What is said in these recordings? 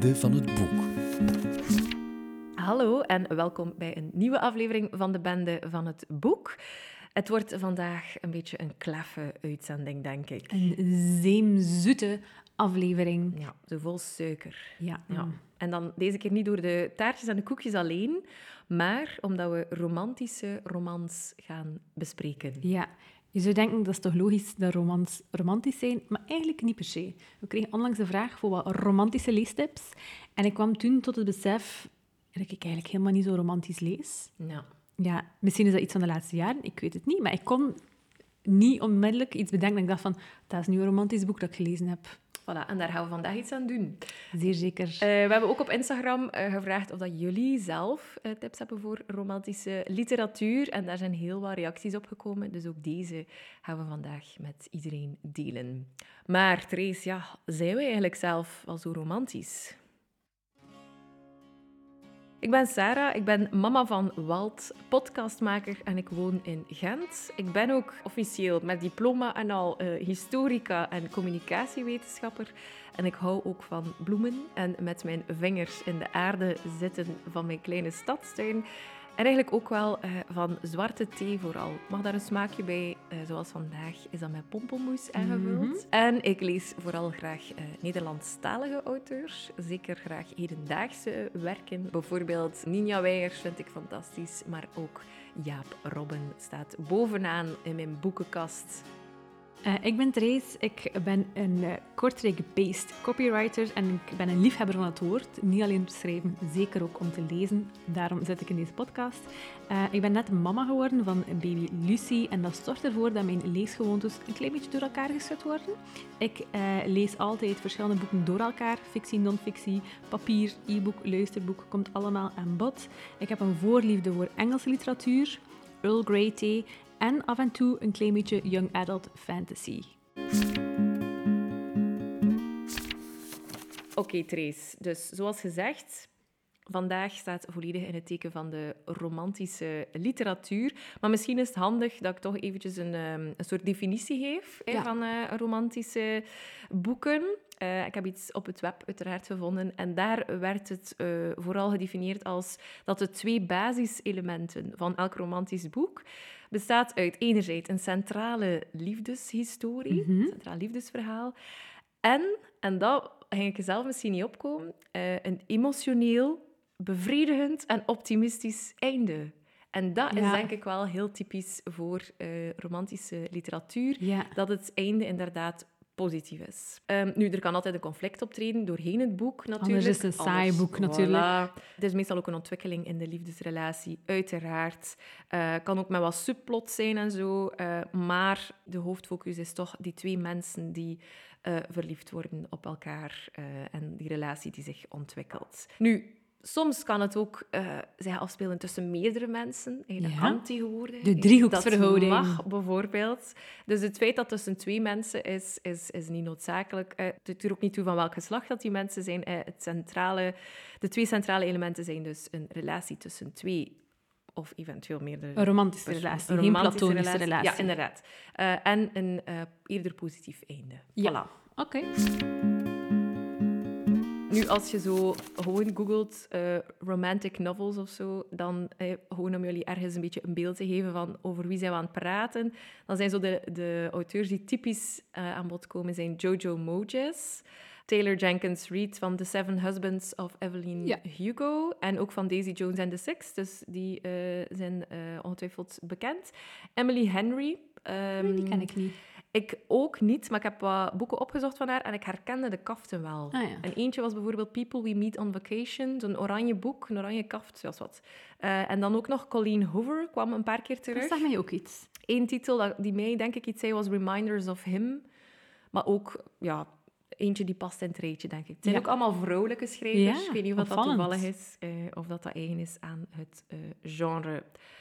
Bende van het Boek. Hallo en welkom bij een nieuwe aflevering van de Bende van het Boek. Het wordt vandaag een beetje een kleffe uitzending, denk ik. Een zeemzoete aflevering. Ja, zo vol suiker. Ja. Ja. En dan deze keer niet door de taartjes en de koekjes alleen, maar omdat we romantische romans gaan bespreken. Ja. Je zou denken, dat is toch logisch dat romans romantisch zijn, maar eigenlijk niet per se. We kregen onlangs de vraag voor wat romantische leestips. En ik kwam toen tot het besef dat ik eigenlijk helemaal niet zo romantisch lees. Ja. Ja, misschien is dat iets van de laatste jaren, ik weet het niet. Maar ik kon niet onmiddellijk iets bedenken dat ik dacht van, dat is nu een romantisch boek dat ik gelezen heb. Voilà, en daar gaan we vandaag iets aan doen. Zeer zeker. We hebben ook op Instagram gevraagd of dat jullie zelf tips hebben voor romantische literatuur. En daar zijn heel wat reacties op gekomen. Dus ook deze gaan we vandaag met iedereen delen. Maar Therese, ja, zijn we eigenlijk zelf wel zo romantisch? Ik ben Sarah, ik ben mama van Walt, podcastmaker en ik woon in Gent. Ik ben ook officieel met diploma en al historica en communicatiewetenschapper. En ik hou ook van bloemen en met mijn vingers in de aarde zitten van mijn kleine stadstuin. En eigenlijk ook wel van zwarte thee vooral. Ik mag daar een smaakje bij, zoals vandaag is dat met pompelmoes aangevuld. En ik lees vooral graag Nederlandstalige auteurs. Zeker graag hedendaagse werken. Bijvoorbeeld Ninja Weijers vind ik fantastisch. Maar ook Jaap Robben staat bovenaan in mijn boekenkast. Ik ben Therese, ik ben een Kortrijk-based copywriter en ik ben een liefhebber van het woord. Niet alleen schrijven, zeker ook om te lezen. Daarom zit ik in deze podcast. Ik ben net mama geworden van een baby Lucie en dat zorgt ervoor dat mijn leesgewoontes een klein beetje door elkaar geschud worden. Ik lees altijd verschillende boeken door elkaar. Fictie, non-fictie, papier, e-book, luisterboek, komt allemaal aan bod. Ik heb een voorliefde voor Engelse literatuur, Earl Grey thee en af en toe een klein beetje young adult fantasy. Oké, Therese. Dus zoals gezegd, vandaag staat volledig in het teken van de romantische literatuur. Maar misschien is het handig dat ik toch eventjes een soort definitie geef van romantische boeken. Ik heb iets op het web uiteraard gevonden en daar werd het vooral gedefinieerd als dat de twee basiselementen van elk romantisch boek bestaat uit enerzijds een centrale liefdeshistorie, een centraal liefdesverhaal, en dat ging ik zelf misschien niet opkomen, een emotioneel, bevredigend en optimistisch einde. En dat is denk ik wel heel typisch voor romantische literatuur, dat het einde inderdaad positief is. Nu, er kan altijd een conflict optreden doorheen het boek, natuurlijk. Anders is het een saai boek, natuurlijk. Voilà. Er is meestal ook een ontwikkeling in de liefdesrelatie, uiteraard. Kan ook met wat subplot zijn en zo. Maar de hoofdfocus is toch die twee mensen die verliefd worden op elkaar en die relatie die zich ontwikkelt. Nu, soms kan het ook zich afspelen tussen meerdere mensen. De anti-woorden. De driehoeksverhouding. Dat mag bijvoorbeeld. Dus het feit dat het tussen twee mensen is niet noodzakelijk. Het doet er ook niet toe van welk geslacht dat die mensen zijn. De twee centrale elementen zijn dus een relatie tussen twee of eventueel meerdere... Een romantische relatie, geen platonische relatie. Ja, inderdaad. En een eerder positief einde. Ja. Voilà. Oké. Nu, als je zo gewoon googelt romantic novels of zo, dan gewoon om jullie ergens een beetje een beeld te geven van over wie zijn we aan het praten, dan zijn zo de auteurs die typisch aan bod komen, zijn Jojo Moyes, Taylor Jenkins Reid van The Seven Husbands of Evelyn Hugo en ook van Daisy Jones and the Six, dus die zijn ongetwijfeld bekend. Emily Henry. Die ken ik niet. Ik ook niet, maar ik heb wat boeken opgezocht van haar en ik herkende de kaften wel. Ah, ja. En eentje was bijvoorbeeld People We Meet on Vacation, zo'n oranje boek, een oranje kaft, zoals wat. En dan ook nog Colleen Hoover kwam een paar keer terug. Dat zegt mij ook iets. Eén titel die mij, denk ik, iets zei, was Reminders of Him. Maar ook, eentje die past in het rijtje, denk ik. Het zijn ook allemaal vrouwelijke schrijvers. Ja, ik weet niet of dat opvallend. toevallig is, of dat eigen is aan het genre.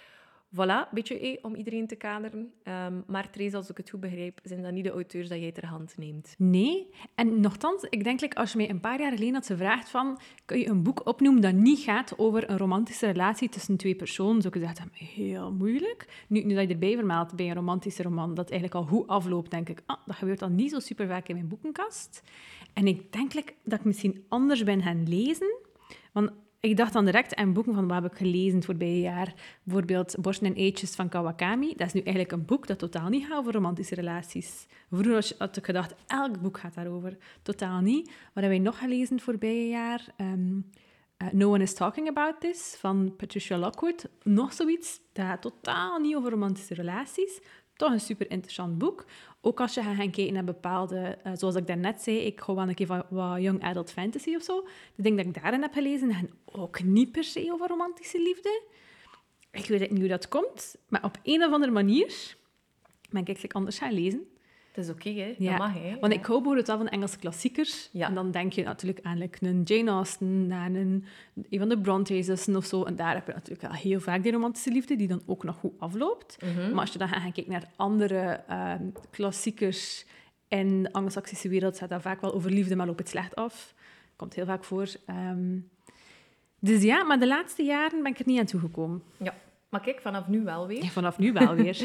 Voilà, een beetje om iedereen te kaderen. Maar Therese, als ik het goed begrijp, zijn dat niet de auteurs dat jij ter hand neemt. Nee, en nochtans, ik denk, als je mij een paar jaar geleden had gevraagd van, kun je een boek opnoemen dat niet gaat over een romantische relatie tussen twee personen, zou ik gezegd hebben, heel moeilijk. Nu dat je erbij vermeldt bij een romantische roman, dat eigenlijk al goed afloopt, denk ik, dat gebeurt dan niet zo super vaak in mijn boekenkast. En ik denk dat ik misschien anders ben gaan lezen, want ik dacht dan direct aan boeken van wat heb ik gelezen het voorbije jaar. Bijvoorbeeld Borsten en Eitjes van Kawakami. Dat is nu eigenlijk een boek dat totaal niet gaat over romantische relaties. Vroeger had ik gedacht, elk boek gaat daarover. Totaal niet. Wat hebben wij nog gelezen het voorbije jaar? No One is Talking About This van Patricia Lockwood. Nog zoiets. Dat gaat totaal niet over romantische relaties. Toch een super interessant boek. Ook als je gaat gaan kijken naar bepaalde... zoals ik daarnet zei, ik hou wel een keer van wat young adult fantasy of zo. De dingen dat ik daarin heb gelezen, gaan ook niet per se over romantische liefde. Ik weet niet hoe dat komt, maar op een of andere manier ben ik eigenlijk anders gaan lezen. Dat is oké, hè? Ja, Dat mag, hè? want ik hou bijvoorbeeld wel van Engelse klassiekers. Ja. En dan denk je natuurlijk aan een Jane Austen, aan een van de Bronte's of zo. En daar heb je natuurlijk wel heel vaak die romantische liefde, die dan ook nog goed afloopt. Mhm. Maar als je dan gaat kijken naar andere klassiekers in de Anglo-Saxische wereld, gaat dat vaak wel over liefde, maar loopt het slecht af. Komt heel vaak voor. Dus ja, maar de laatste jaren ben ik er niet aan toegekomen. Ja, maar kijk, vanaf nu wel weer. Ja, vanaf nu wel weer.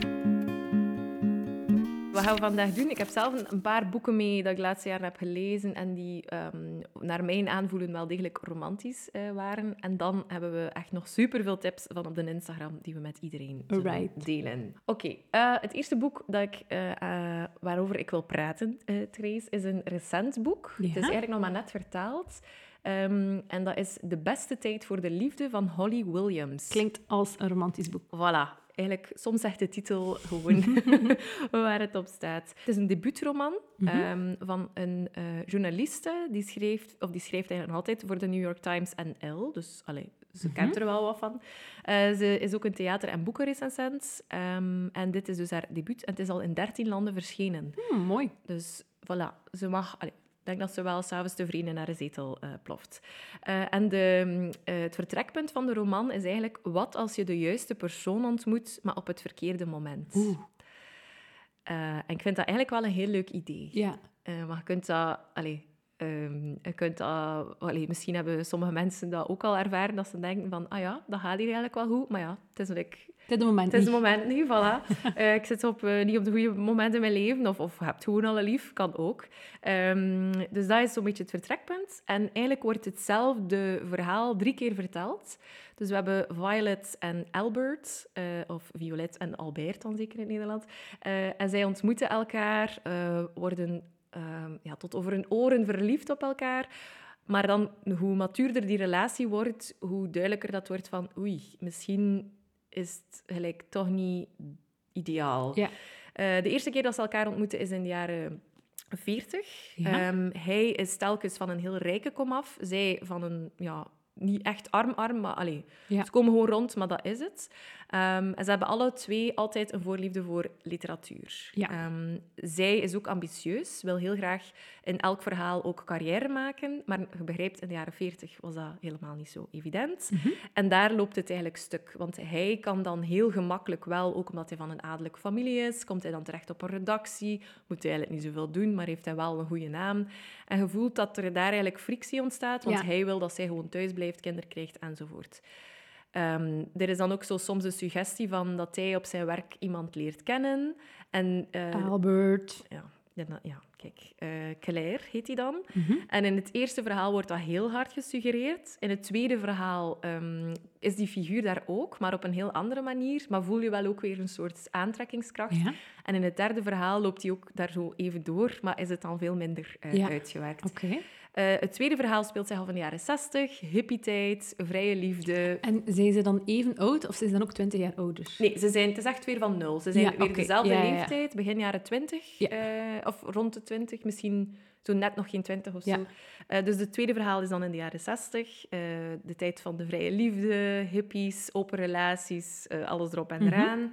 Wat gaan we vandaag doen? Ik heb zelf een paar boeken mee dat ik de laatste jaren heb gelezen en die naar mijn aanvoelen wel degelijk romantisch waren. En dan hebben we echt nog superveel tips van op de Instagram die we met iedereen zullen delen. Oké, het eerste boek dat waarover ik wil praten, Therese, is een recent boek. Ja? Het is eigenlijk nog maar net vertaald. En dat is De beste tijd voor de liefde van Holly Williams. Klinkt als een romantisch boek. Voilà. Eigenlijk, soms zegt de titel gewoon waar het op staat. Het is een debuutroman van een journaliste. Die schrijft eigenlijk nog altijd voor de New York Times en Elle. Dus ze kent er wel wat van. Ze is ook een theater- en boekenrecensent. En dit is dus haar debuut. En het is al in 13 landen verschenen. Mooi. Dus voilà, ze mag... Ik denk dat ze wel s'avonds tevreden naar de zetel ploft. En het vertrekpunt van de roman is eigenlijk... Wat als je de juiste persoon ontmoet, maar op het verkeerde moment? En ik vind dat eigenlijk wel een heel leuk idee. Ja. Maar je kunt dat... misschien hebben sommige mensen dat ook al ervaren, dat ze denken van... Ah ja, dat gaat hier eigenlijk wel goed. Maar ja, het is Het is het moment niet, voilà. Ik zit niet op de goede moment in mijn leven, of je hebt gewoon al een lief, kan ook. Dus dat is zo'n beetje het vertrekpunt. En eigenlijk wordt hetzelfde verhaal 3 keer verteld. Dus we hebben Violet en Albert, of Violet en Albert dan zeker in het Nederland. En zij ontmoeten elkaar, worden tot over hun oren verliefd op elkaar. Maar dan, hoe matuurder die relatie wordt, hoe duidelijker dat wordt van... Oei, misschien... is het gelijk toch niet ideaal. Ja. De eerste keer dat ze elkaar ontmoeten is in de jaren 40. Ja. Hij is telkens van een heel rijke komaf. Zij van een, niet echt arm, maar ze komen gewoon rond, maar dat is het. En ze hebben alle twee altijd een voorliefde voor literatuur. Ja. Zij is ook ambitieus, wil heel graag in elk verhaal ook carrière maken. Maar je begrijpt, in de jaren 40 was dat helemaal niet zo evident. En daar loopt het eigenlijk stuk. Want hij kan dan heel gemakkelijk wel, ook omdat hij van een adellijke familie is, komt hij dan terecht op een redactie, moet hij eigenlijk niet zoveel doen, maar heeft hij wel een goede naam. En je voelt dat er daar eigenlijk frictie ontstaat, want hij wil dat zij gewoon thuis blijft, kinderen krijgt enzovoort. Er is dan ook zo soms de suggestie van dat hij op zijn werk iemand leert kennen. En, Albert. Claire heet hij dan. En in het eerste verhaal wordt dat heel hard gesuggereerd. In het tweede verhaal is die figuur daar ook, maar op een heel andere manier. Maar voel je wel ook weer een soort aantrekkingskracht. Ja. En in het derde verhaal loopt hij ook daar zo even door, maar is het dan veel minder uitgewerkt. Okay. Het tweede verhaal speelt zich af in de jaren 60, hippietijd, vrije liefde. En zijn ze dan even oud of zijn ze dan ook 20 jaar ouder? Nee, het is echt weer van 0. Ze zijn weer dezelfde leeftijd, begin jaren 20. Of rond de 20, misschien zo net nog geen 20 of zo. Dus het tweede verhaal is dan in de jaren 60. De tijd van de vrije liefde, hippies, open relaties, alles erop en eraan.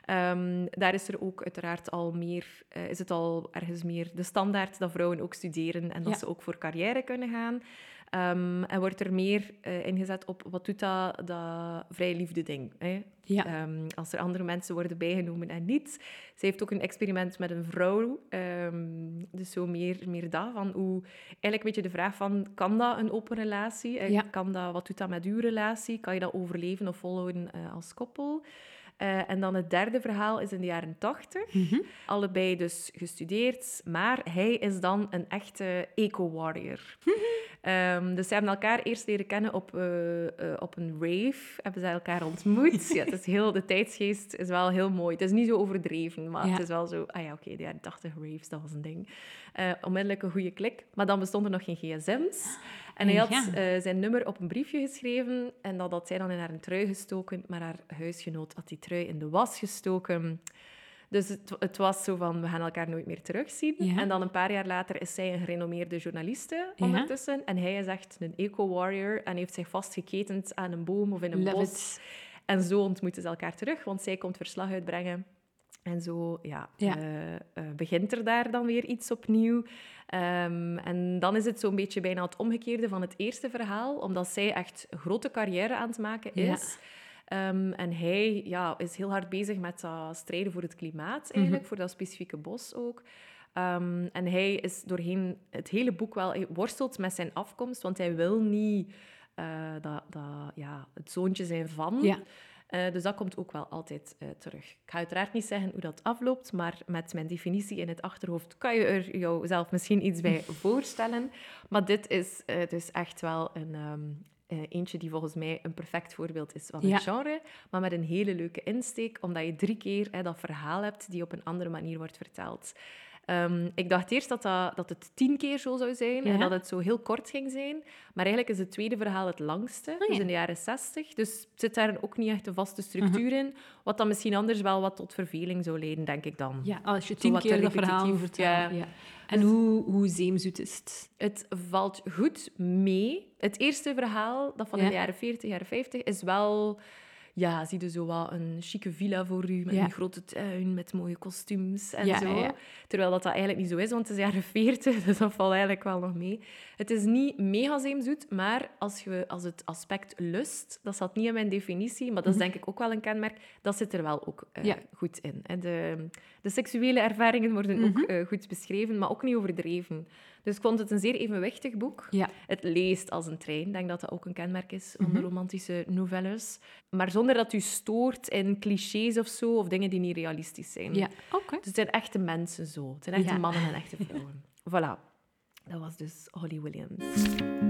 Daar is er ook uiteraard al meer, is het al ergens meer de standaard dat vrouwen ook studeren en dat ze ook voor carrière kunnen gaan. En wordt er meer ingezet op wat doet dat vrije liefde ding. Hè? Ja. Als er andere mensen worden bijgenomen en niet. Zij heeft ook een experiment met een vrouw. Dus zo meer dat. Van eigenlijk een beetje de vraag van, kan dat een open relatie? Wat doet dat met uw relatie? Kan je dat overleven of volhouden als koppel? En dan het derde verhaal is in de jaren 80. Mhm. Allebei dus gestudeerd, maar hij is dan een echte eco-warrior. Dus ze hebben elkaar eerst leren kennen op een rave. Hebben ze elkaar ontmoet. Ja, het is de tijdsgeest is wel heel mooi. Het is niet zo overdreven, maar het is wel zo... de jaren 80 raves, dat was een ding. Onmiddellijk een goede klik. Maar dan bestonden er nog geen gsm's. En hij had zijn nummer op een briefje geschreven en dat had zij dan in haar trui gestoken, maar haar huisgenoot had die trui in de was gestoken. Dus het was zo van, we gaan elkaar nooit meer terugzien. Ja. En dan een paar jaar later is zij een gerenommeerde journaliste ondertussen. En hij is echt een eco-warrior en heeft zich vastgeketend aan een boom of in een bos. En zo ontmoeten ze elkaar terug, want zij komt verslag uitbrengen. En zo begint er daar dan weer iets opnieuw. En dan is het zo'n beetje bijna het omgekeerde van het eerste verhaal, omdat zij echt een grote carrière aan het maken is. En hij is heel hard bezig met dat strijden voor het klimaat, eigenlijk, voor dat specifieke bos ook. En hij is doorheen het hele boek wel worstelt met zijn afkomst, want hij wil niet het zoontje zijn van... Ja. Dus dat komt ook wel altijd terug. Ik ga uiteraard niet zeggen hoe dat afloopt, maar met mijn definitie in het achterhoofd kan je er jouzelf misschien iets bij voorstellen. Maar dit is dus echt wel eentje die volgens mij een perfect voorbeeld is van het genre, maar met een hele leuke insteek, omdat je 3 keer dat verhaal hebt die op een andere manier wordt verteld. Ik dacht eerst dat het 10 keer zo zou zijn en dat het zo heel kort ging zijn. Maar eigenlijk is het tweede verhaal het langste, dus in de jaren 60. Dus zit daar ook niet echt een vaste structuur in, wat dan misschien anders wel wat tot verveling zou leiden, denk ik dan. Ja, als je 10 keer dat verhaal vertelt. Ja. En hoe zeemzoet is het? Het valt goed mee. Het eerste verhaal, dat van de jaren 40, jaren 50, is wel... Ja, zie je zo wat een chique villa voor u, met een grote tuin, met mooie kostuums en zo. Ja. Terwijl dat eigenlijk niet zo is, want het is jaren 40, dus dat valt eigenlijk wel nog mee. Het is niet mega zeemzoet, maar als het aspect lust, dat zat niet in mijn definitie, maar dat is denk ik ook wel een kenmerk, dat zit er wel ook goed in. De seksuele ervaringen worden ook goed beschreven, maar ook niet overdreven. Dus ik vond het een zeer evenwichtig boek. Ja. Het leest als een trein. Ik denk dat dat ook een kenmerk is van de romantische novelles. Maar zonder dat u stoort in clichés of zo, of dingen die niet realistisch zijn. Ja, oké. Dus het zijn echte mensen zo. Het zijn echte mannen en echte vrouwen. Voilà. Dat was dus Holly Williams.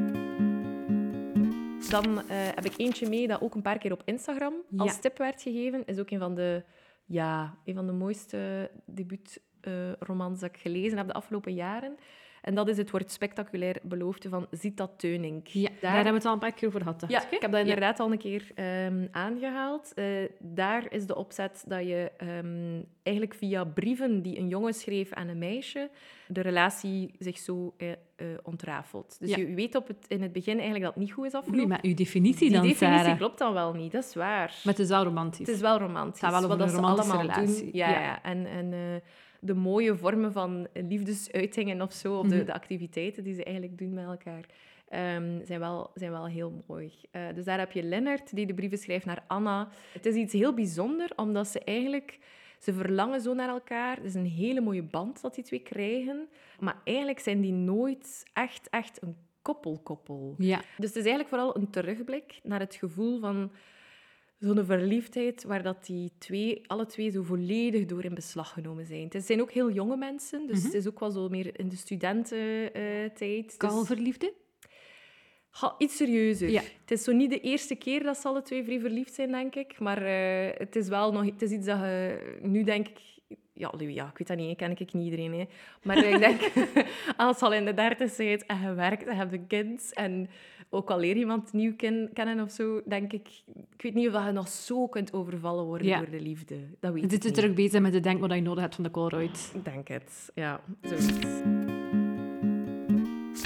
Dan heb ik eentje mee dat ook een paar keer op Instagram als tip werd gegeven. Is ook een van de mooiste debuutromans dat ik gelezen heb de afgelopen jaren. En dat is Het wordt spectaculair beloofde van Zita Teunink. Ja, daar hebben we het al een paar keer over gehad. Ja, ik heb dat inderdaad al een keer aangehaald. Daar is de opzet dat je eigenlijk via brieven die een jongen schreef aan een meisje, de relatie zich zo ontrafelt. Dus je weet in het begin eigenlijk dat het niet goed is afgelopen. Maar uw definitie dan, Die definitie Sarah? Klopt dan wel niet, dat is waar. Maar het is wel romantisch. Het is wel romantisch. Het gaat wel over een romantische relatie. Doen. Ja. En de mooie vormen van liefdesuitingen of zo, of de activiteiten die ze eigenlijk doen met elkaar, zijn wel heel mooi. Dus daar heb je Lennart, die de brieven schrijft naar Anna. Het is iets heel bijzonder, omdat ze verlangen zo naar elkaar. Het is een hele mooie band dat die twee krijgen. Maar eigenlijk zijn die nooit echt een koppel. Ja. Dus het is eigenlijk vooral een terugblik naar het gevoel van zo'n verliefdheid waar dat alle twee zo volledig door in beslag genomen zijn. Het zijn ook heel jonge mensen, dus het is ook wel zo meer in de studententijd. Kalverliefde? Iets serieuzer. Ja. Het is zo niet de eerste keer dat ze alle twee vrij verliefd zijn, denk ik. Maar het is wel nog... Het is iets dat je... Nu denk ik... Ja, ik weet dat niet, ken ik niet iedereen. Hè. Maar ik denk, als je al in de 30 bent en je werkt en je hebt een kind en ook al leer iemand nieuw kennen of zo, denk ik... Ik weet niet of je nog zo kunt overvallen worden door de liefde. Dat weet ik niet. Je zit terug bezig met te denken wat je nodig hebt van de Colruyt. Ik denk het, ja. Zoiets.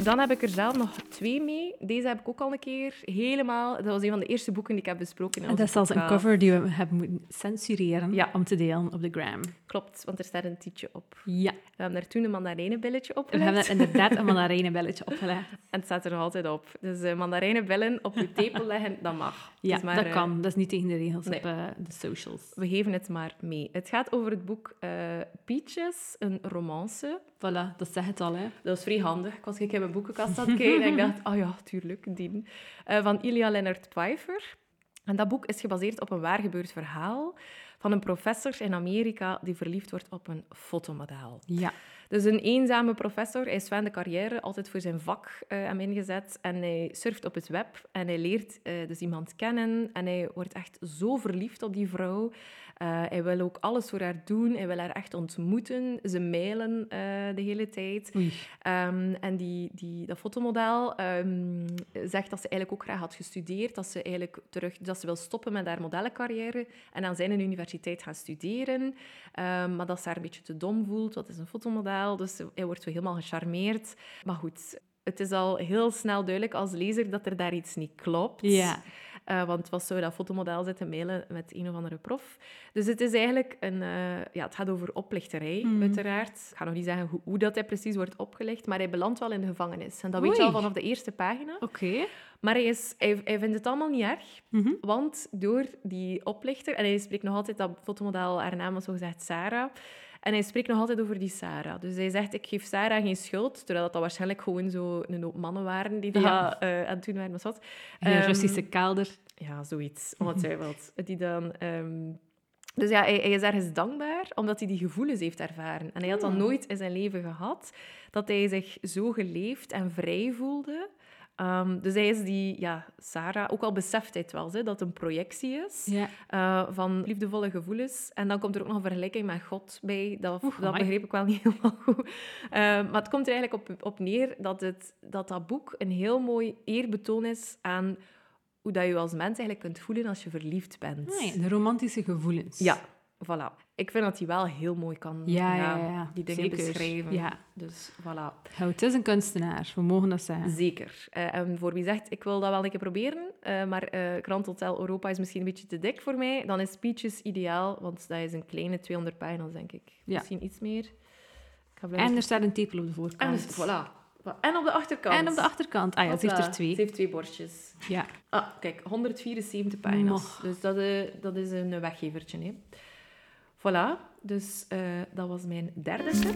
Dan heb ik er zelf nog 2 mee. Deze heb ik ook al een keer helemaal... Dat was een van de eerste boeken die ik heb besproken. En dat is zelfs een cover die we hebben moeten censureren om te delen op de gram. Klopt, want er staat een tietje op. Ja. We hebben er toen een mandarijnenbilletje We opgelegd. hebben er inderdaad een mandarijnenbelletje opgelegd. En het staat er nog altijd op. Dus mandarijnenbillen op je tepel leggen, dat mag. Ja, maar, dat kan. Dat is niet tegen de regels nee. op de socials. We geven het maar mee. Het gaat over het boek Peaches, een romance. Voilà, dat zegt het al, hè. Dat was vrij handig. Ik was in mijn boekenkast aan het kijken en ik dacht, oh ja, tuurlijk, die. Van Ilya Leonard Pfeiffer. En dat boek is gebaseerd op een waar gebeurd verhaal van een professor in Amerika die verliefd wordt op een fotomodel. Ja. Dus een eenzame professor. Hij is van de carrière, altijd voor zijn vak hem ingezet. En hij surft op het web en hij leert dus iemand kennen. En hij wordt echt zo verliefd op die vrouw. Hij wil ook alles voor haar doen. Hij wil haar echt ontmoeten. Ze mailen de hele tijd. En dat fotomodel zegt dat ze eigenlijk ook graag had gestudeerd. Dat ze wil stoppen met haar modellencarrière en aan zijn universiteit gaan studeren. Maar dat ze haar een beetje te dom voelt. Wat is een fotomodel? Dus hij wordt zo helemaal gecharmeerd. Maar goed, het is al heel snel duidelijk als lezer dat er daar iets niet klopt. Ja. Want wat zou dat fotomodel zitten mailen met een of andere prof? Dus het is eigenlijk het gaat over oplichterij, uiteraard. Ik ga nog niet zeggen hoe dat hij precies wordt opgelegd, maar hij belandt wel in de gevangenis. En dat weet je al vanaf de eerste pagina. Oké. Maar hij vindt het allemaal niet erg, want door die oplichter... En hij spreekt nog altijd, dat fotomodel, haar naam was zogezegd Sarah... En hij spreekt nog altijd over die Sarah. Dus hij zegt, ik geef Sarah geen schuld, terwijl dat waarschijnlijk gewoon zo een hoop mannen waren die dat aan het doen waren. Wat? Een Russische kelder. Ja, zoiets, ongetwijfeld. Die dan... Dus ja, hij is ergens dankbaar, omdat hij die gevoelens heeft ervaren. En hij had dat nooit in zijn leven gehad, dat hij zich zo geleefd en vrij voelde... Dus hij is Sarah, ook al beseft hij het wel, dat het een projectie is van liefdevolle gevoelens. En dan komt er ook nog een vergelijking met God bij. Dat begreep ik wel niet helemaal goed. Maar het komt er eigenlijk op neer dat boek een heel mooi eerbetoon is aan hoe dat je als mens eigenlijk kunt voelen als je verliefd bent. De romantische gevoelens. Ja, voilà. Ik vind dat hij wel heel mooi kan die dingen beschrijven. Ja. Dus voilà. Het is een kunstenaar, we mogen dat zeggen. Zeker. En voor wie zegt, ik wil dat wel een keer proberen, maar Grand Hotel Europa is misschien een beetje te dik voor mij, dan is Peaches ideaal, want dat is een kleine 200 pagina's, denk ik. Ja. Misschien iets meer. En er staat een tepel op de voorkant. Voilà. En op de achterkant. En op de achterkant. Ah ja, ze heeft er 2. Ze heeft 2 bordjes. Ja. Ah, kijk, 174 pagina's. Dus dat is een weggevertje, hè. Voilà, dus dat was mijn derde tip.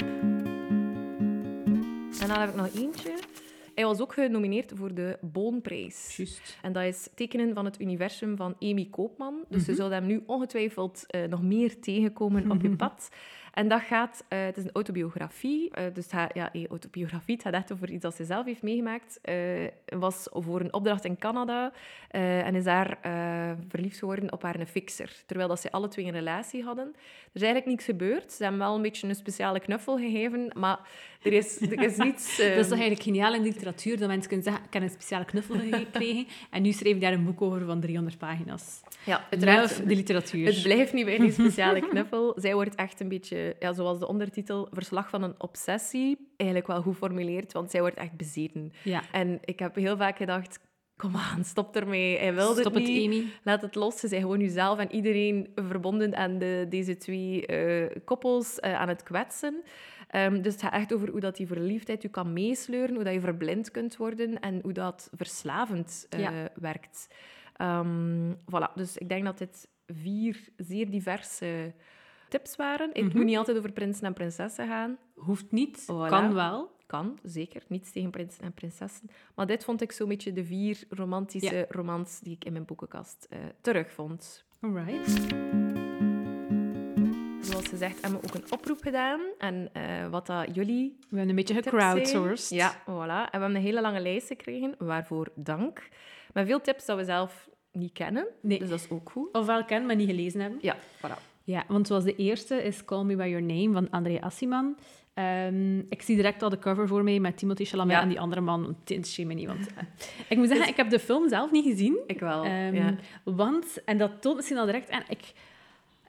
En dan heb ik nog eentje. Hij was ook genomineerd voor de Boonprijs. Juist. En dat is Tekenen van het Universum van Amy Koopman. Dus je zou hem nu ongetwijfeld nog meer tegenkomen op je pad. En dat gaat... het is een autobiografie. Autobiografie. Het gaat echt over iets dat ze zelf heeft meegemaakt. Was voor een opdracht in Canada. En is daar verliefd geworden op haar fixer. Terwijl dat ze alle 2 een relatie hadden. Er is eigenlijk niks gebeurd. Ze hebben wel een beetje een speciale knuffel gegeven. Maar er is niets... Dat is toch eigenlijk geniaal in de literatuur. Dat mensen kunnen zeggen, ik heb een speciale knuffel gekregen. En nu schreef ik daar een boek over van 300 pagina's. Ja, Love de literatuur. Het blijft niet bij die speciale knuffel. Zij wordt echt een beetje, zoals de ondertitel, verslag van een obsessie. Eigenlijk wel goed formuleerd, want zij wordt echt bezeten. Ja. En ik heb heel vaak gedacht, kom aan, stop ermee. Hij wil het niet. Stop het, Amy. Laat het los. Ze zijn gewoon jezelf en iedereen verbonden aan deze 2 koppels aan het kwetsen. Dus het gaat echt over hoe dat die verliefdheid je kan meesleuren, hoe dat je verblind kunt worden en hoe dat verslavend werkt. Voilà, dus ik denk dat dit 4 zeer diverse tips waren. Het moet niet altijd over prinsen en prinsessen gaan. Hoeft niet, Voilà. kan wel. Kan, zeker. Niets tegen prinsen en prinsessen. Maar dit vond ik zo'n beetje de 4 romantische romans die ik in mijn boekenkast terugvond. Alright. Zoals gezegd hebben we ook een oproep gedaan. En wat dat jullie... We hebben een beetje gecrowdsourced. Ja, voilà. En we hebben een hele lange lijst gekregen. Waarvoor dank. Met veel tips dat we zelf niet kennen. Nee. Dus dat is ook goed. Ofwel kennen, maar niet gelezen hebben. Ja, voilà. Ja, want zoals de eerste is Call Me By Your Name van André Assiman. Ik zie direct al de cover voor mij met Timothée Chalamet en die andere man. Het interesseert me niet, want... ik moet zeggen, ik heb de film zelf niet gezien. Ik wel, Want, en dat toont misschien al direct aan...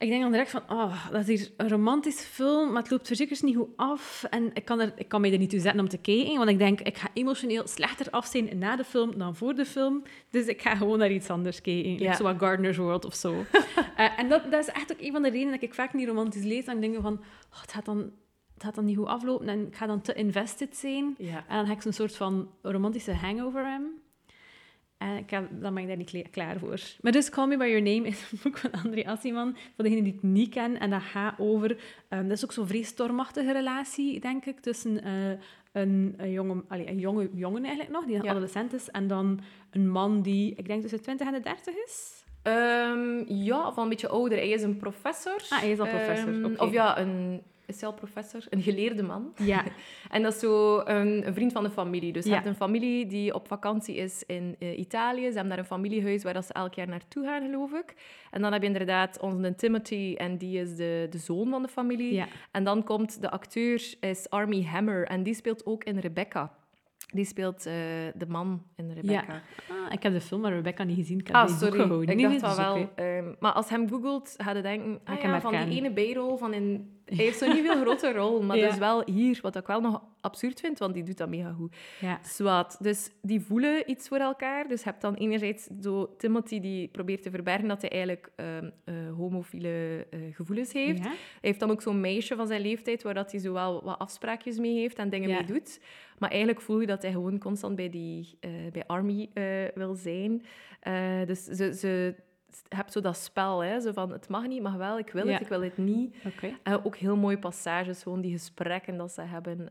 Ik denk dan direct van, dat is hier een romantische film, maar het loopt verzekerd niet goed af. En ik kan mij er niet toe zetten om te kijken, want ik denk, ik ga emotioneel slechter af zijn na de film dan voor de film. Dus ik ga gewoon naar iets anders kijken. Ja. Zoals Gardener's World of zo. En dat is echt ook een van de redenen dat ik vaak niet romantisch lees. Dan denk ik van, het gaat dan niet goed aflopen en ik ga dan te invested zijn. Ja. En dan heb ik zo'n soort van romantische hangover hem. En dan ben ik daar niet klaar voor. Maar dus Call Me By Your Name is een boek van André Assiman, voor degenen die het niet kennen. En dat gaat over... dat is ook zo'n vrij stormachtige relatie, denk ik, tussen een jongen eigenlijk nog, die een adolescent is, en dan een man die, ik denk, tussen de 20 en de 30 is. Ja, of al een beetje ouder. Hij is een professor. Hij is al professor, oké. Of ja, is hij al professor? Een geleerde man. Ja. En dat is zo een vriend van de familie. Dus je hebt een familie die op vakantie is in Italië. Ze hebben daar een familiehuis waar dat ze elk jaar naartoe gaan, geloof ik. En dan heb je inderdaad onze Timothy, en die is de zoon van de familie. Ja. En dan komt de acteur, is Armie Hammer, en die speelt ook in Rebecca. Die speelt de man in Rebecca. Ja. Ik heb de film maar Rebecca niet gezien. Ik heb die boek gehouden. Ik dacht wel. Maar als je hem googelt, ga je denken... van die ene bijrol van in... Hij heeft zo niet veel grote rol, maar dus wel hier, wat ik wel nog absurd vind, want die doet dat mega goed. Ja. Zwat. Dus die voelen iets voor elkaar. Dus je hebt dan enerzijds Timothy, die probeert te verbergen dat hij eigenlijk homofiele gevoelens heeft. Ja. Hij heeft dan ook zo'n meisje van zijn leeftijd, waar dat hij zo wel wat afspraakjes mee heeft en dingen mee doet. Maar eigenlijk voel je dat hij gewoon constant bij Armie wil zijn. Dus ze hebt zo dat spel, hè? Zo van, het mag niet, mag wel, ik wil het, ik wil het niet. Okay. Ook heel mooie passages, gewoon die gesprekken dat ze hebben.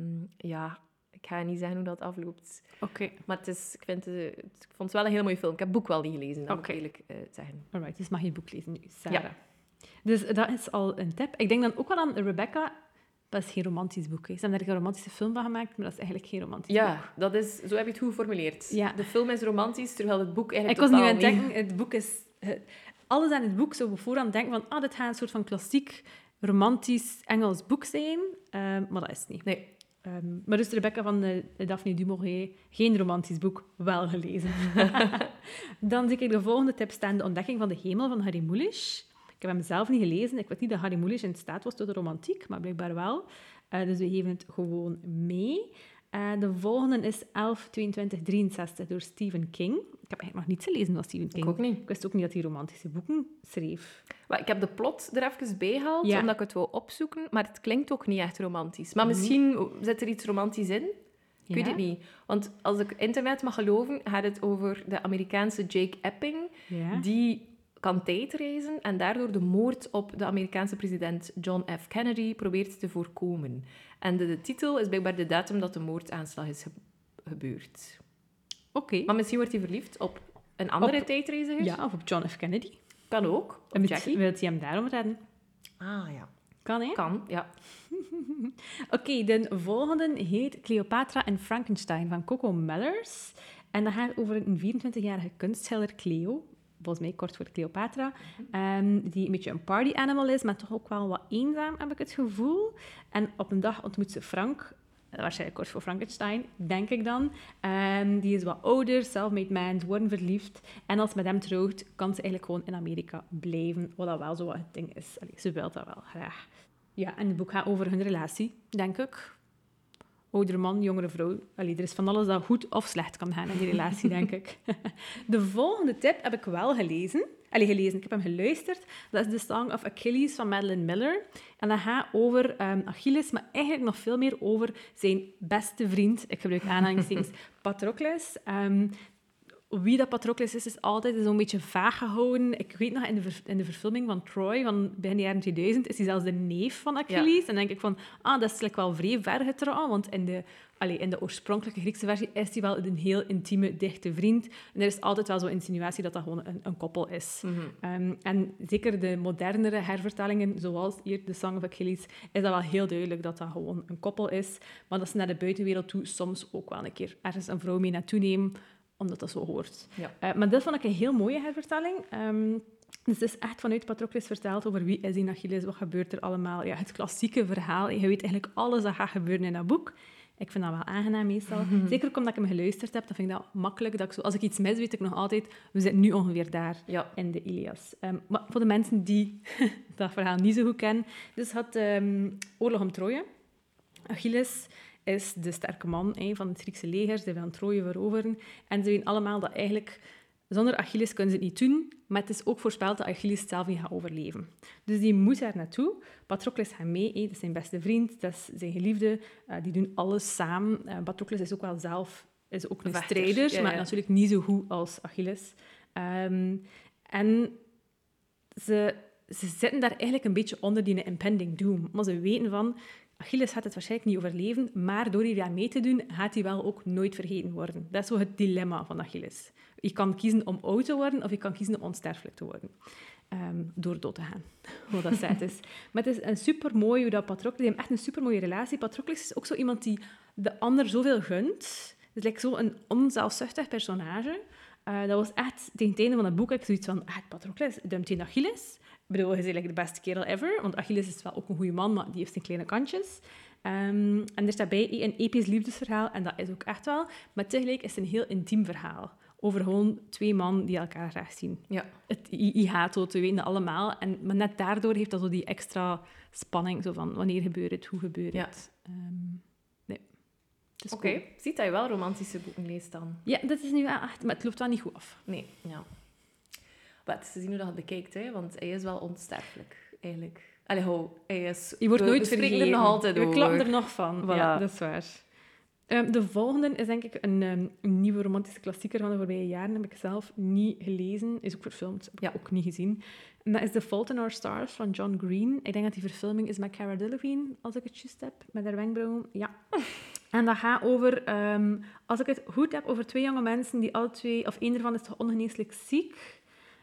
Ik ga niet zeggen hoe dat afloopt. Okay. Maar ik vond het wel een heel mooie film. Ik heb het boek wel niet gelezen, dat moet ik eerlijk zeggen. Alright, dus mag je het boek lezen nu, Sarah. Ja. Dus dat is al een tip. Ik denk dan ook wel aan Rebecca. Dat is geen romantisch boek. Ze hebben er een romantische film van gemaakt, maar dat is eigenlijk geen romantisch boek. Ja, zo heb je het goed geformuleerd. Ja. De film is romantisch, terwijl het boek eigenlijk totaal niet. Ik was nu aan het denken, het boek is... Alles aan het boek zou op voorhand denken van... dit gaat een soort van klassiek, romantisch Engels boek zijn. Maar dat is het niet. Nee. Maar dus Rebecca van Daphne du Maurier, geen romantisch boek, wel gelezen. Dan zie ik de volgende tip staan, De Ontdekking van de Hemel van Harry Mulisch. Ik heb hem zelf niet gelezen. Ik weet niet dat Harry Mulisch in staat was tot de romantiek, maar blijkbaar wel. Dus we geven het gewoon mee. De volgende is 11-22-63 door Stephen King. Ik heb eigenlijk nog niets gelezen van Stephen King. Ik ook niet. Ik wist ook niet dat hij romantische boeken schreef. Maar ik heb de plot er even bij gehaald, omdat ik het wou opzoeken. Maar het klinkt ook niet echt romantisch. Maar misschien zit er iets romantisch in. Ik weet het niet. Want als ik internet mag geloven, gaat het over de Amerikaanse Jake Epping. Ja. Die kan tijdreizen en daardoor de moord op de Amerikaanse president John F. Kennedy probeert te voorkomen. En de titel is blijkbaar de datum dat de moordaanslag is gebeurd. Oké. Maar misschien wordt hij verliefd op een andere tijdreiziger. Ja, of op John F. Kennedy. Kan ook. En wilt hij hem daarom redden? Ah, ja. Kan, hè? Kan, ja. Oké, de volgende heet Cleopatra en Frankenstein van Coco Mellers. En dat gaat over een 24-jarige kunstschilder, Cleo. Volgens mij kort voor Cleopatra. Die een beetje een party animal is, maar toch ook wel wat eenzaam, heb ik het gevoel. En op een dag ontmoet ze Frank. Waarschijnlijk kort voor Frankenstein, denk ik dan. Die is wat ouder, self-made man, ze worden verliefd. En als ze met hem trouwt, kan ze eigenlijk gewoon in Amerika blijven. Wat dat wel zo wat het ding is. Allee, ze wil dat wel graag. Ja, en het boek gaat over hun relatie, denk ik. Oudere man, jongere vrouw. Allee, er is van alles dat goed of slecht kan gaan in die relatie, denk ik. De volgende tip heb ik wel gelezen. Ik heb hem geluisterd. Dat is The Song of Achilles van Madeline Miller. En dat gaat over Achilles, maar eigenlijk nog veel meer over zijn beste vriend. Ik gebruik aanhalingstekens Patroclus. Wie dat Patroclus is altijd zo'n beetje vaag gehouden. Ik weet nog, in de verfilming van Troy van begin de jaren 2000 is hij zelfs de neef van Achilles. Ja. En dan denk ik van, dat is eigenlijk wel vrij ver getrokken, want in de oorspronkelijke Griekse versie is hij wel een heel intieme, dichte vriend. En er is altijd wel zo'n insinuatie dat dat gewoon een koppel is. Mm-hmm. En zeker de modernere hervertalingen, zoals hier The Song of Achilles, is dat wel heel duidelijk dat dat gewoon een koppel is. Maar dat ze naar de buitenwereld toe soms ook wel een keer ergens een vrouw mee naartoe nemen, omdat dat zo hoort. Ja. Maar dat vond ik een heel mooie hervertaling. Dus het is echt vanuit Patroclus verteld over wie is die Achilles, wat gebeurt er allemaal. Ja, het klassieke verhaal. Je weet eigenlijk alles dat gaat gebeuren in dat boek. Ik vind dat wel aangenaam meestal. Zeker ook omdat ik hem geluisterd heb, dan vind ik dat makkelijk. Dat ik zo, als ik iets mis, weet ik nog altijd, we zitten nu ongeveer daar in de Ilias. Maar voor de mensen die dat verhaal niet zo goed kennen, dus had oorlog om Troje. Achilles is de sterke man van het Griekse leger. Ze willen Troje veroveren. En ze weten allemaal dat eigenlijk zonder Achilles kunnen ze het niet doen. Maar het is ook voorspeld dat Achilles zelf niet gaat overleven. Dus die moet daar naartoe. Patrokles gaat mee. Dat is zijn beste vriend. Dat is zijn geliefde. Die doen alles samen. Patrokles is ook wel zelf een strijder. Maar natuurlijk niet zo goed als Achilles. En ze zitten daar eigenlijk een beetje onder die impending doom. Maar ze weten van... Achilles gaat het waarschijnlijk niet overleven, maar door hier aan mee te doen, gaat hij wel ook nooit vergeten worden. Dat is zo het dilemma van Achilles. Je kan kiezen om oud te worden of je kan kiezen om onsterfelijk te worden. Door dood te gaan, hoe dat zet is. Maar het is een supermooi hoe dat Patrokles... Die heeft echt een supermooie relatie. Patrokles is ook zo iemand die de ander zoveel gunt. Het lijkt zo een onzelfzuchtig personage. Dat was echt tegen het einde van het boek ik zoiets van... Patrokles dumpt in Achilles... Ik bedoel, hij is eigenlijk de beste kerel ever, want Achilles is wel ook een goede man, maar die heeft zijn kleine kantjes. En er staat bij een episch liefdesverhaal, en dat is ook echt wel. Maar tegelijk is het een heel intiem verhaal. Over gewoon twee mannen die elkaar graag zien. Ja. Je haat het, we weten dat allemaal. Maar net daardoor heeft dat zo die extra spanning, zo van wanneer gebeurt het, hoe gebeurt het. Nee. Oké. Ziet dat je wel romantische boeken leest dan? Ja, dat is nu wel echt... Maar het loopt wel niet goed af. Nee, ja. Maar het is te zien hoe dat het bekijkt, hè? Want hij is wel onsterfelijk, eigenlijk. Hij is... Je wordt nooit vergeten. Er nog altijd over. We klappen er nog van. Voilà. Ja, dat is waar. De volgende is denk ik een nieuwe romantische klassieker van de voorbije jaren. Heb ik zelf niet gelezen. Is ook verfilmd. Heb ik ook niet gezien. En dat is The Fault in Our Stars van John Green. Ik denk dat die verfilming is met Cara Delevingne, als ik het juist heb. Met haar wenkbrauwen. Ja. En dat gaat over, als ik het goed heb, over twee jonge mensen die alle twee... Of één ervan is toch ongeneeslijk ziek...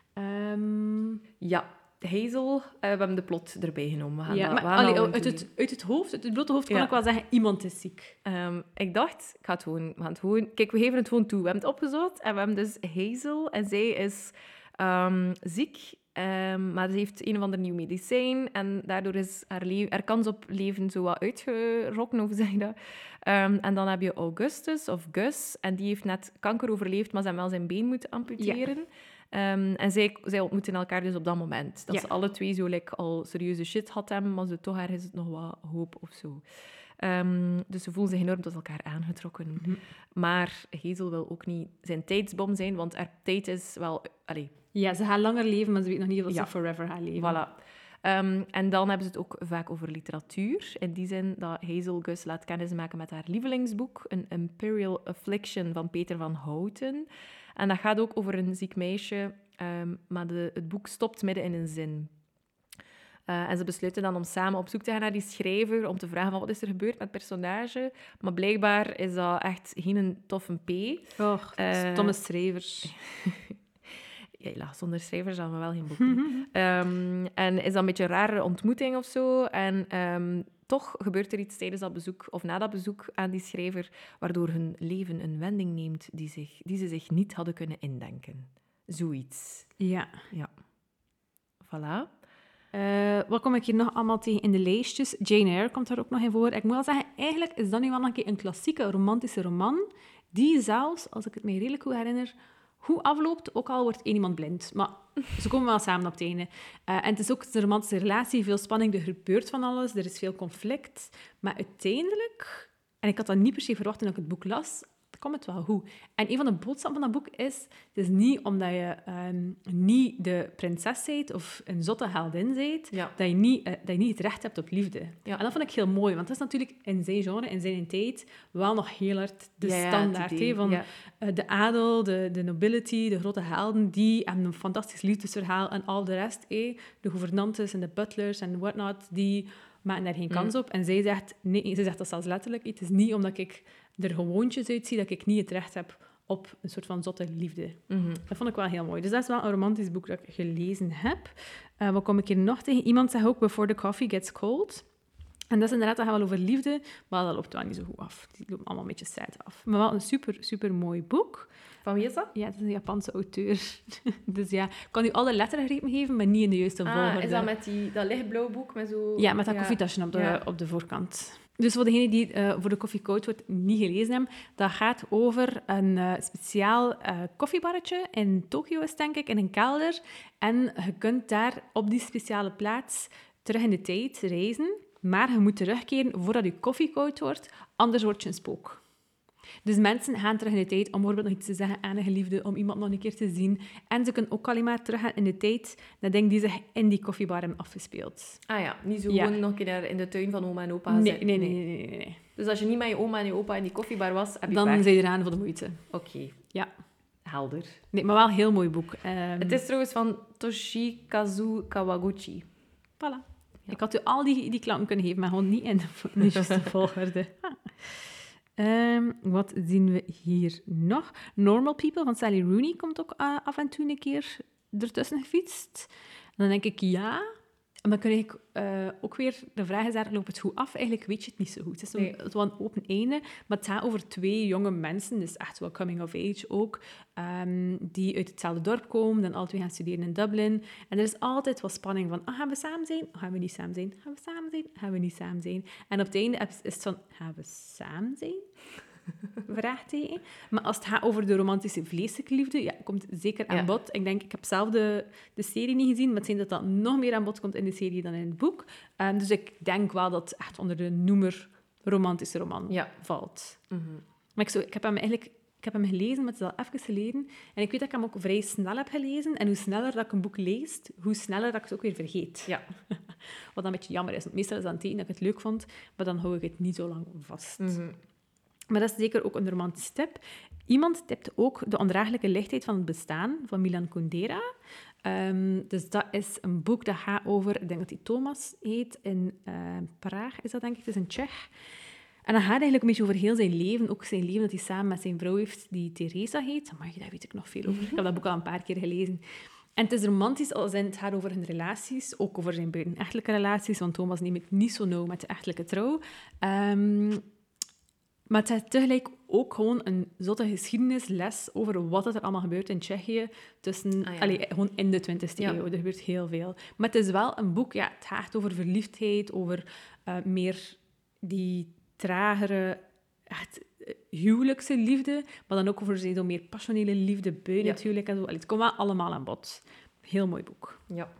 Ja, Hazel, we hebben de plot erbij genomen. Uit het hoofd, uit het blote hoofd, kan ik wel zeggen, iemand is ziek. Ik dacht, we gaan het gewoon... Kijk, we geven het gewoon toe. We hebben het opgezocht en we hebben dus Hazel. En zij is ziek, maar ze heeft een of ander nieuw medicijn. En daardoor is haar kans op leven zo wat uitgerokken, hoe zeg je dat? En dan heb je Augustus, of Gus. En die heeft net kanker overleefd, maar ze hebben wel zijn been moeten amputeren. Ja. En zij ontmoeten elkaar dus op dat moment. Dat ze alle twee zo al serieuze shit hadden, maar ze toch ergens nog wat hoop of zo. Dus ze voelen zich enorm tot elkaar aangetrokken. Mm-hmm. Maar Hazel wil ook niet zijn tijdsbom zijn, want haar tijd is wel... Ja, ze gaat langer leven, maar ze weet nog niet of ze forever gaat leven. Voilà. En dan hebben ze het ook vaak over literatuur. In die zin dat Hazel Gus laat kennismaken met haar lievelingsboek, een Imperial Affliction van Peter van Houten. En dat gaat ook over een ziek meisje, maar het boek stopt midden in een zin. En ze besluiten dan om samen op zoek te gaan naar die schrijver, om te vragen wat is er gebeurd met het personage. Maar blijkbaar is dat echt geen toffe P. Och, stomme schrijvers. Ja, zonder schrijvers hadden we wel geen boek. En is dat een beetje een rare ontmoeting of zo. En toch gebeurt er iets tijdens dat bezoek, of na dat bezoek aan die schrijver, waardoor hun leven een wending neemt die ze zich niet hadden kunnen indenken. Zoiets. Ja. Voilà. Wat kom ik hier nog allemaal tegen in de lijstjes? Jane Eyre komt daar ook nog in voor. Ik moet wel zeggen, eigenlijk is dat nu wel een klassieke romantische roman, die zelfs, als ik het me redelijk goed herinner, hoe afloopt, ook al wordt één iemand blind. Maar ze komen wel samen op het einde. En het is ook een romantische relatie, veel spanning, er gebeurt van alles, er is veel conflict. Maar uiteindelijk, en ik had dat niet per se verwacht toen ik het boek las, komt het wel goed. En een van de boodschappen van dat boek is, het is niet omdat je niet de prinses bent of een zotte heldin bent, dat je niet het recht hebt op liefde. Ja. En dat vond ik heel mooi, want dat is natuurlijk in zijn genre, in zijn tijd, wel nog heel hard de standaard van de adel, de nobility, de grote helden, die hebben een fantastisch liefdesverhaal en al de rest, de gouvernantes en de butlers en whatnot, die maken daar geen kans op. En zij zegt, nee, ze zegt dat zelfs letterlijk, het is niet omdat ik er gewoontjes uitzie, dat ik niet het recht heb op een soort van zotte liefde. Mm-hmm. Dat vond ik wel heel mooi. Dus dat is wel een romantisch boek dat ik gelezen heb. Wat kom ik hier nog tegen? Iemand zegt ook Before the Coffee Gets Cold. En dat is inderdaad, dat gaat wel over liefde, maar dat loopt wel niet zo goed af. Die loopt allemaal een beetje sad af. Maar wel een super, super mooi boek. Van wie is dat? Ja, het is een Japanse auteur. Dus ja, ik kan u alle lettergrepen geven, maar niet in de juiste volgorde. Is dat met dat lichtblauw boek? Met zo... Ja, met dat koffietasje op de voorkant. Dus voor degenen die voor de Koffie Koud wordt niet gelezen hebben, dat gaat over een speciaal koffiebarretje in Tokio, is denk ik, in een kelder. En je kunt daar op die speciale plaats terug in de tijd reizen, maar je moet terugkeren voordat je koffie koud wordt, anders word je een spook. Dus mensen gaan terug in de tijd om bijvoorbeeld nog iets te zeggen aan een geliefde, om iemand nog een keer te zien. En ze kunnen ook alleen maar teruggaan in de tijd naar dingen die zich in die koffiebar hebben afgespeeld. Ah ja, niet zo gewoon nog een keer in de tuin van oma en opa gaan zitten. Nee. Dus als je niet met je oma en je opa in die koffiebar was, heb je dan pech. zijn je eraan voor de moeite. Oké. Ja. Helder. Nee, maar wel een heel mooi boek. Het is trouwens van Toshikazu Kawaguchi. Voilà. Ja. Ik had u al die klanken kunnen geven, maar gewoon niet in de juiste volgorde. Wat zien we hier nog? Normal People van Sally Rooney komt ook af en toe een keer ertussen gefietst. En dan denk ik, ja. En dan kun je ook weer de vraag is daar, loopt het goed af? Eigenlijk weet je het niet zo goed. Het is wel een open einde, maar het gaat over 2 jonge mensen, dus echt wel coming of age ook, die uit hetzelfde dorp komen, dan alle 2 gaan studeren in Dublin. En er is altijd wat spanning van, gaan we samen zijn? Gaan we niet samen zijn? Gaan we samen zijn? Gaan we niet samen zijn? En op het einde is het van, gaan we samen zijn? Vraagteken. Maar als het gaat over de romantische vleeselijke liefde, ja, komt zeker aan bod. Ik denk, ik heb zelf de serie niet gezien, maar het zijn dat nog meer aan bod komt in de serie dan in het boek. Dus ik denk wel dat het echt onder de noemer romantische roman valt. Mm-hmm. Maar ik heb hem gelezen, maar het is al even geleden. En ik weet dat ik hem ook vrij snel heb gelezen. En hoe sneller dat ik een boek lees, hoe sneller dat ik het ook weer vergeet. Ja. Wat een beetje jammer is. Want meestal is dat een teken dat ik het leuk vond, maar dan hou ik het niet zo lang vast. Mm-hmm. Maar dat is zeker ook een romantische tip. Iemand tipt ook De ondraaglijke lichtheid van het bestaan, van Milan Kundera. Dus dat is een boek dat gaat over, ik denk dat hij Thomas heet, in Praag is dat denk ik, het is een Tsjech. En dat gaat eigenlijk een beetje over heel zijn leven, ook zijn leven dat hij samen met zijn vrouw heeft, die Teresa heet. Maar daar weet ik nog veel over. Ik heb dat boek al een paar keer gelezen. En het is romantisch als in het gaat over hun relaties, ook over zijn buitenechtelijke relaties, want Thomas neemt het niet zo nauw met de echtelijke trouw. Maar het is tegelijk ook gewoon een zotte geschiedenisles over wat er allemaal gebeurt in Tsjechië. Gewoon in de 20e eeuw. Er gebeurt heel veel. Maar het is wel een boek, het gaat over verliefdheid, over meer die tragere, echt huwelijkse liefde, maar dan ook over zo'n meer passionele liefde buiten natuurlijk. En zo. Het komt wel allemaal aan bod. Heel mooi boek. Ja.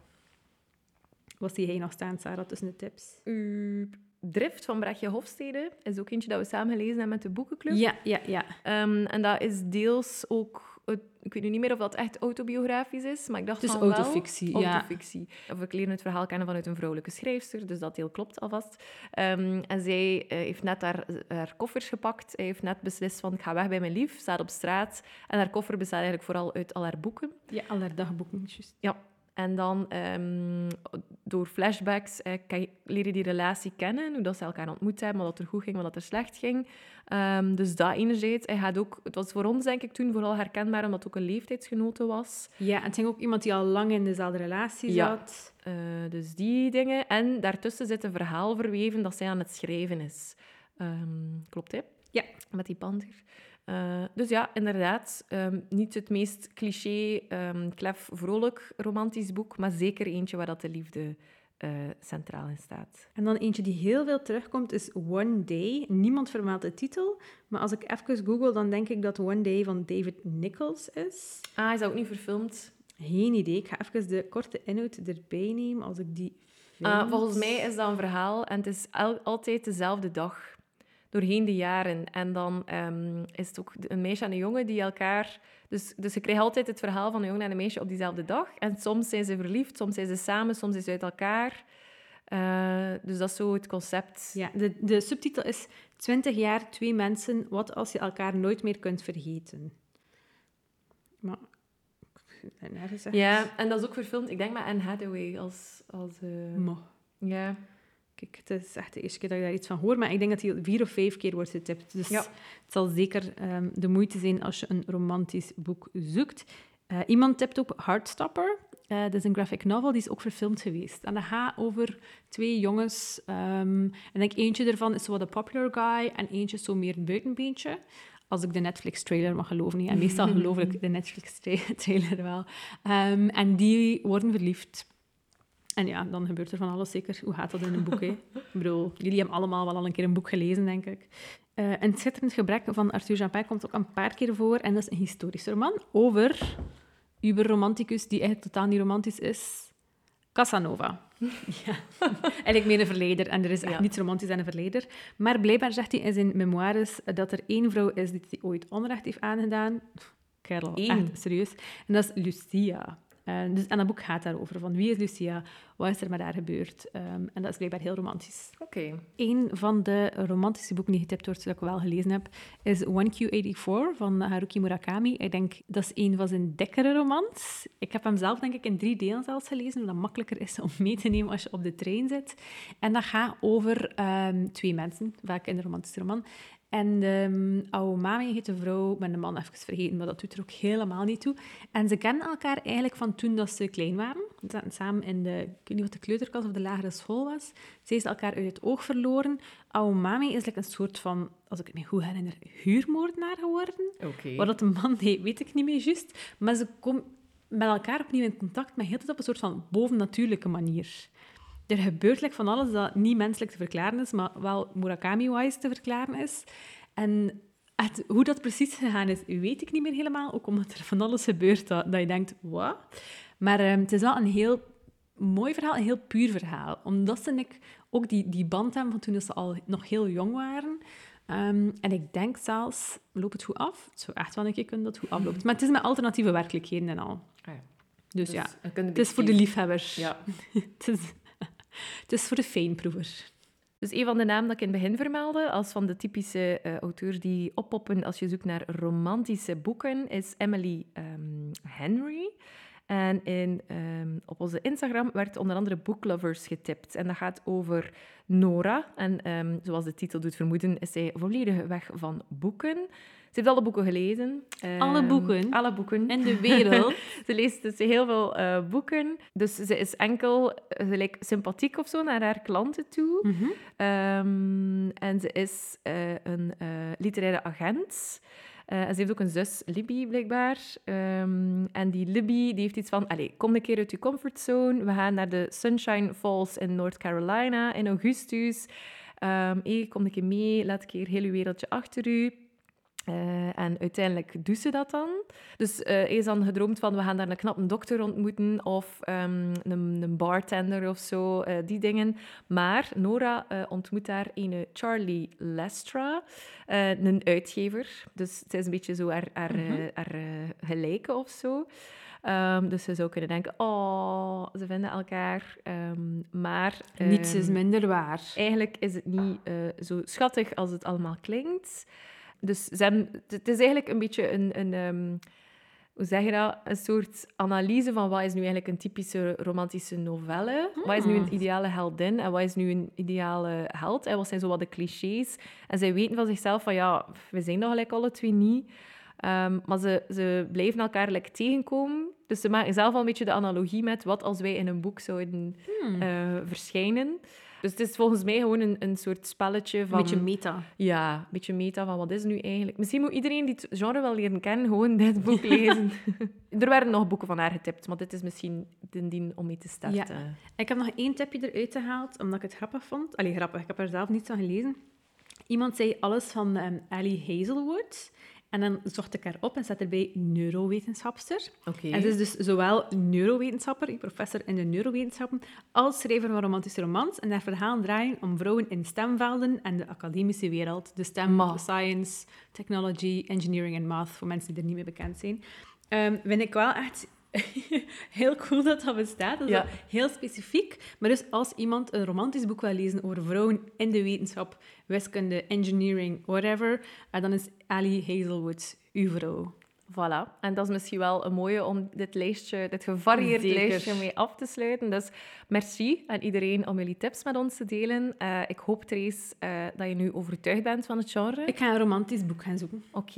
Wat zie jij nog staan, Sarah, tussen de tips? Drift van Brechtje Hofstede is ook eentje dat we samen gelezen hebben met de boekenclub. Ja. En dat is deels ook... Ik weet nu niet meer of dat echt autobiografisch is, maar ik dacht het is van wel... autofictie, autofictie. Of ik leer het verhaal kennen vanuit een vrouwelijke schrijfster, dus dat deel klopt alvast. En zij heeft net haar koffers gepakt. Hij heeft net beslist van, ik ga weg bij mijn lief, staat op straat. En haar koffer bestaat eigenlijk vooral uit al haar boeken. Ja, al haar dagboeken, juist. Ja. En dan door flashbacks leer je die relatie kennen, hoe dat ze elkaar ontmoet hebben, wat er goed ging, wat er slecht ging. Dus dat enerzijds. Het was voor ons, denk ik, toen vooral herkenbaar, omdat het ook een leeftijdsgenote was. Ja, en het ging ook iemand die al lang in dezelfde relatie zat. Dus die dingen. En daartussen zit een verhaal verweven dat zij aan het schrijven is. Klopt, hè? Ja. Met die panter. Dus ja, inderdaad, niet het meest cliché, klef, vrolijk romantisch boek, maar zeker eentje waar dat de liefde centraal in staat. En dan eentje die heel veel terugkomt is One Day. Niemand vermeldt de titel, maar als ik even google, dan denk ik dat One Day van David Nichols is. Is dat ook niet verfilmd? Geen idee. Ik ga even de korte inhoud erbij nemen als ik die vind. Volgens mij is dat een verhaal en het is altijd dezelfde dag. Doorheen de jaren. En dan is het ook een meisje en een jongen die elkaar... Dus ze krijgen altijd het verhaal van een jongen en een meisje op diezelfde dag. En soms zijn ze verliefd, soms zijn ze samen, soms zijn ze uit elkaar. Dus dat is zo het concept. Ja, de subtitel is 20 jaar, 2 mensen, wat als je elkaar nooit meer kunt vergeten. Maar... Ja, en dat is ook verfilmd, ik denk met Anne Hathaway als ja... Kijk, het is echt de eerste keer dat ik daar iets van hoor, maar ik denk dat hij 4 of 5 keer wordt getipt. Dus het zal zeker de moeite zijn als je een romantisch boek zoekt. Iemand tipt ook Heartstopper. Dat is een graphic novel, die is ook verfilmd geweest. En dat gaat over 2 jongens. En ik denk eentje ervan is zo de popular guy en eentje is zo meer een buitenbeentje. Als ik de Netflix-trailer mag geloven. Niet. En meestal geloof ik de Netflix-trailer wel. En die worden verliefd. En ja, dan gebeurt er van alles zeker. Hoe gaat dat in een boek? Hè? Ik bedoel, jullie hebben allemaal wel al een keer een boek gelezen, denk ik. Een schitterend gebrek van Arthur Japin komt ook een paar keer voor. En dat is een historische roman over uberromanticus die eigenlijk totaal niet romantisch is. Casanova. Ja. En ik meen een verleider. En er is echt niets romantisch aan een verleider. Maar blijkbaar zegt hij in zijn memoires dat er 1 vrouw is die ooit onrecht heeft aangedaan. Kerel, echt serieus. En dat is Lucia. En dat boek gaat daarover. Van wie is Lucia? Wat is er met haar gebeurd? En dat is blijkbaar heel romantisch. Oké. Een van de romantische boeken die getipt wordt, dat ik wel gelezen heb, is 1Q84 van Haruki Murakami. Ik denk, dat is een van zijn dikkere romans. Ik heb hem zelf, denk ik, in 3 delen zelfs gelezen, omdat het makkelijker is om mee te nemen als je op de trein zit. En dat gaat over 2 mensen, vaak in de romantische roman. En de Aomami heet de vrouw, met de man even vergeten, maar dat doet er ook helemaal niet toe. En ze kennen elkaar eigenlijk van toen dat ze klein waren. Ze zaten samen in de, ik weet niet wat de kleuterklas of de lagere school was. Ze is elkaar uit het oog verloren. Aomami is een soort van, als ik het me goed herinner, huurmoordenaar geworden. Oké. Wat dat de man deed, weet ik niet meer juist. Maar ze komen met elkaar opnieuw in contact, maar heel de tijd op een soort van bovennatuurlijke manier. Er gebeurt van alles dat niet menselijk te verklaren is, maar wel Murakami-wise te verklaren is. En hoe dat precies gegaan is, weet ik niet meer helemaal. Ook omdat er van alles gebeurt dat je denkt, wat? Maar het is wel een heel mooi verhaal, een heel puur verhaal. Omdat ze ook die band hebben van toen ze al nog heel jong waren. En ik denk zelfs, loopt het goed af? Het zou echt wel een keer kunnen dat het goed afloopt. Maar het is met alternatieve werkelijkheden en al. Ah, ja. Dus ja, het is voor de liefhebbers. Ja. Het is voor de fijnproever. Dus een van de namen dat ik in het begin vermeldde, als van de typische auteurs die oppoppen als je zoekt naar romantische boeken, is Emily Henry. En op onze Instagram werd onder andere Booklovers getipt. En dat gaat over Nora. En zoals de titel doet vermoeden, is zij volledig weg van boeken. Ze heeft alle boeken gelezen. Alle boeken? Alle boeken. In de wereld? Ze leest dus heel veel boeken. Dus ze is enkel gelijk sympathiek of zo naar haar klanten toe. Mm-hmm. En ze is een literaire agent. En ze heeft ook een zus, Libby, blijkbaar. En die Libby die heeft iets van... Allee, kom een keer uit je comfortzone. We gaan naar de Sunshine Falls in North Carolina in augustus. Kom een keer mee. Laat een keer heel je wereldje achter u. En uiteindelijk doet ze dat dan. Dus hij is dan gedroomd van, we gaan daar een knappe dokter ontmoeten of een bartender of zo, die dingen. Maar Nora ontmoet daar een Charlie Lestra, een uitgever. Dus het is een beetje zo haar gelijke of zo. Dus ze zou kunnen denken, oh, ze vinden elkaar. Maar... niets is minder waar. Eigenlijk is het niet zo schattig als het allemaal klinkt. Dus het is eigenlijk een beetje hoe zeg je dat? Een soort analyse van wat is nu eigenlijk een typische romantische novelle? Wat is nu een ideale heldin en wat is nu een ideale held? En wat zijn zo wat de clichés? En zij weten van zichzelf van ja, we zijn nog gelijk alle 2 niet. Maar ze blijven elkaar tegenkomen. Dus ze maken zelf al een beetje de analogie met wat als wij in een boek zouden verschijnen. Dus het is volgens mij gewoon een soort spelletje van... Een beetje meta. Ja, een beetje meta van wat is nu eigenlijk... Misschien moet iedereen die het genre wel leren kennen, gewoon dit boek lezen. Er werden nog boeken van haar getipt, maar dit is misschien de dien om mee te starten. Ja. Ik heb nog 1 tipje eruit gehaald, omdat ik het grappig vond. Allee, grappig, ik heb er zelf niets van gelezen. Iemand zei alles van Ali Hazelwood. En dan zocht ik haar op en zat erbij neurowetenschapster. Okay. En ze is dus zowel neurowetenschapper, professor in de neurowetenschappen, als schrijver van romantische romans. En haar verhalen draaien om vrouwen in stemvelden en de academische wereld. De STEM, science, technology, engineering en math, voor mensen die er niet mee bekend zijn. Vind ik wel echt heel cool dat dat bestaat. Dat is heel specifiek. Maar dus als iemand een romantisch boek wil lezen over vrouwen in de wetenschap, wiskunde, engineering, whatever, dan is Ali Hazelwood uw vrouw. Voilà. En dat is misschien wel een mooie om dit gevarieerd lijstje mee af te sluiten. Dus merci aan iedereen om jullie tips met ons te delen. Ik hoop, Therese, dat je nu overtuigd bent van het genre. Ik ga een romantisch boek gaan zoeken. Oké.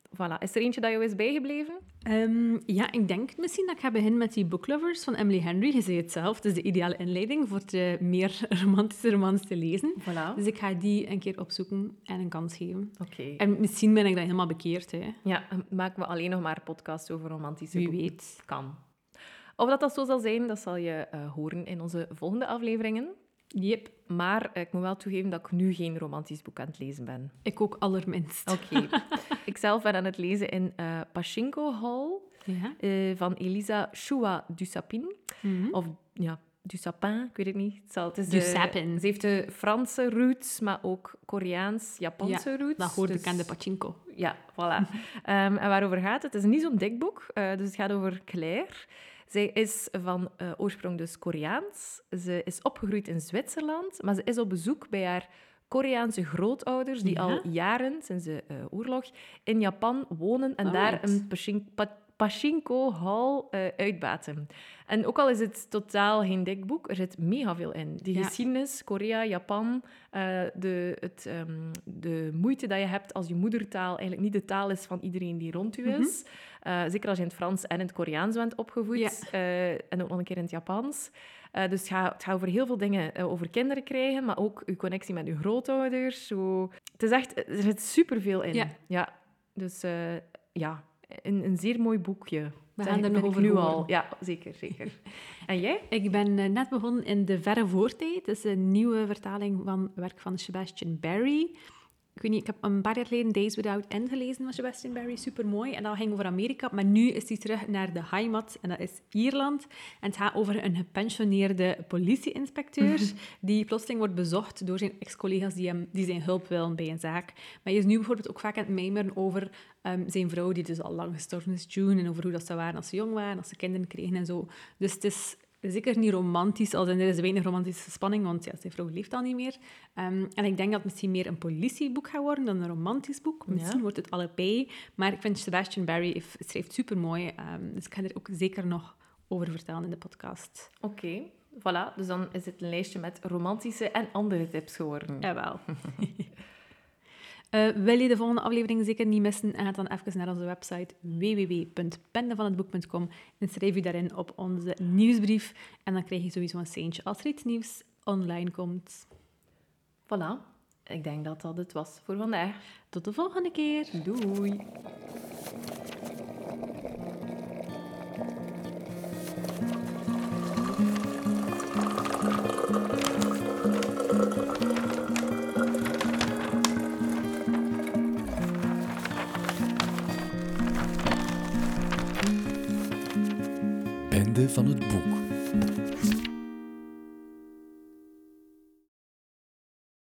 Voilà. Is er eentje dat jou is bijgebleven? Ja, ik denk misschien dat ik ga beginnen met die Book Lovers van Emily Henry. Je zei het zelf, het is de ideale inleiding voor de meer romantische romans te lezen. Voilà. Dus ik ga die een keer opzoeken en een kans geven. Oké. En misschien ben ik dan helemaal bekeerd. Hè. Ja, maken we alleen nog maar een podcast over romantische Wie boeken. weet. Kan. Of dat zo zal zijn, dat zal je horen in onze volgende afleveringen. Yep. Maar ik moet wel toegeven dat ik nu geen romantisch boek aan het lezen ben. Ik ook allerminst. Oké. Ik zelf ben aan het lezen in Pachinko Hall Ja. van Elisa Chua Dussapin. Of ja, Dussapin, ik weet het niet. Het is Dussapin. Ze heeft de Franse roots, maar ook Koreaans, Japanse roots. Dat hoorde dus... ik aan de pachinko. Ja, voilà. En waarover gaat het? Het is niet zo'n dik boek, dus het gaat over Claire. Zij is van oorsprong dus Koreaans. Ze is opgegroeid in Zwitserland, maar ze is op bezoek bij haar Koreaanse grootouders, die al jaren, sinds de oorlog, in Japan wonen en daar een Pachinko Hall uitbaten. En ook al is het totaal geen dik boek, er zit mega veel in. Die geschiedenis, Korea, Japan, de moeite dat je hebt als je moedertaal eigenlijk niet de taal is van iedereen die rond u is. Zeker als je in het Frans en in het Koreaans bent opgevoed. En ook nog een keer in het Japans. Dus het gaat over heel veel dingen. Over kinderen krijgen, maar ook uw connectie met uw grootouders. Zo. Het is echt... Er zit superveel in. Ja. Dus een zeer mooi boekje. We gaan er nog over nu horen. al. Ja, zeker. En jij? Ik ben net begonnen in De Verre Voortijd. Het is een nieuwe vertaling van werk van Sebastian Barry. Ik weet niet, ik heb een paar jaar geleden Days Without End gelezen van Sebastian Barry. Supermooi. En dat ging over Amerika. Maar nu is hij terug naar de heimat. En dat is Ierland. En het gaat over een gepensioneerde politie-inspecteur die plotseling wordt bezocht door zijn ex-collega's die zijn hulp willen bij een zaak. Maar hij is nu bijvoorbeeld ook vaak aan het mijmeren over zijn vrouw, die dus al lang gestorven is, June. En over hoe dat ze waren als ze jong waren, als ze kinderen kregen en zo. Dus het is zeker niet romantisch, als in er is weinig romantische spanning, want ja, zijn vrouw leeft al niet meer. En ik denk dat het misschien meer een politieboek gaat worden dan een romantisch boek. Misschien wordt het allebei. Maar ik vind Sebastian Barry schrijft supermooi. Dus ik ga er ook zeker nog over vertellen in de podcast. Oké, voilà. Dus dan is het een lijstje met romantische en andere tips geworden. Jawel. Wil je de volgende aflevering zeker niet missen? Ga dan even naar onze website www.pendevanhetboek.com en schrijf je daarin op onze nieuwsbrief. En dan krijg je sowieso een seintje als er iets nieuws online komt. Voilà. Ik denk dat dat het was voor vandaag. Tot de volgende keer. Doei. Bende van het boek.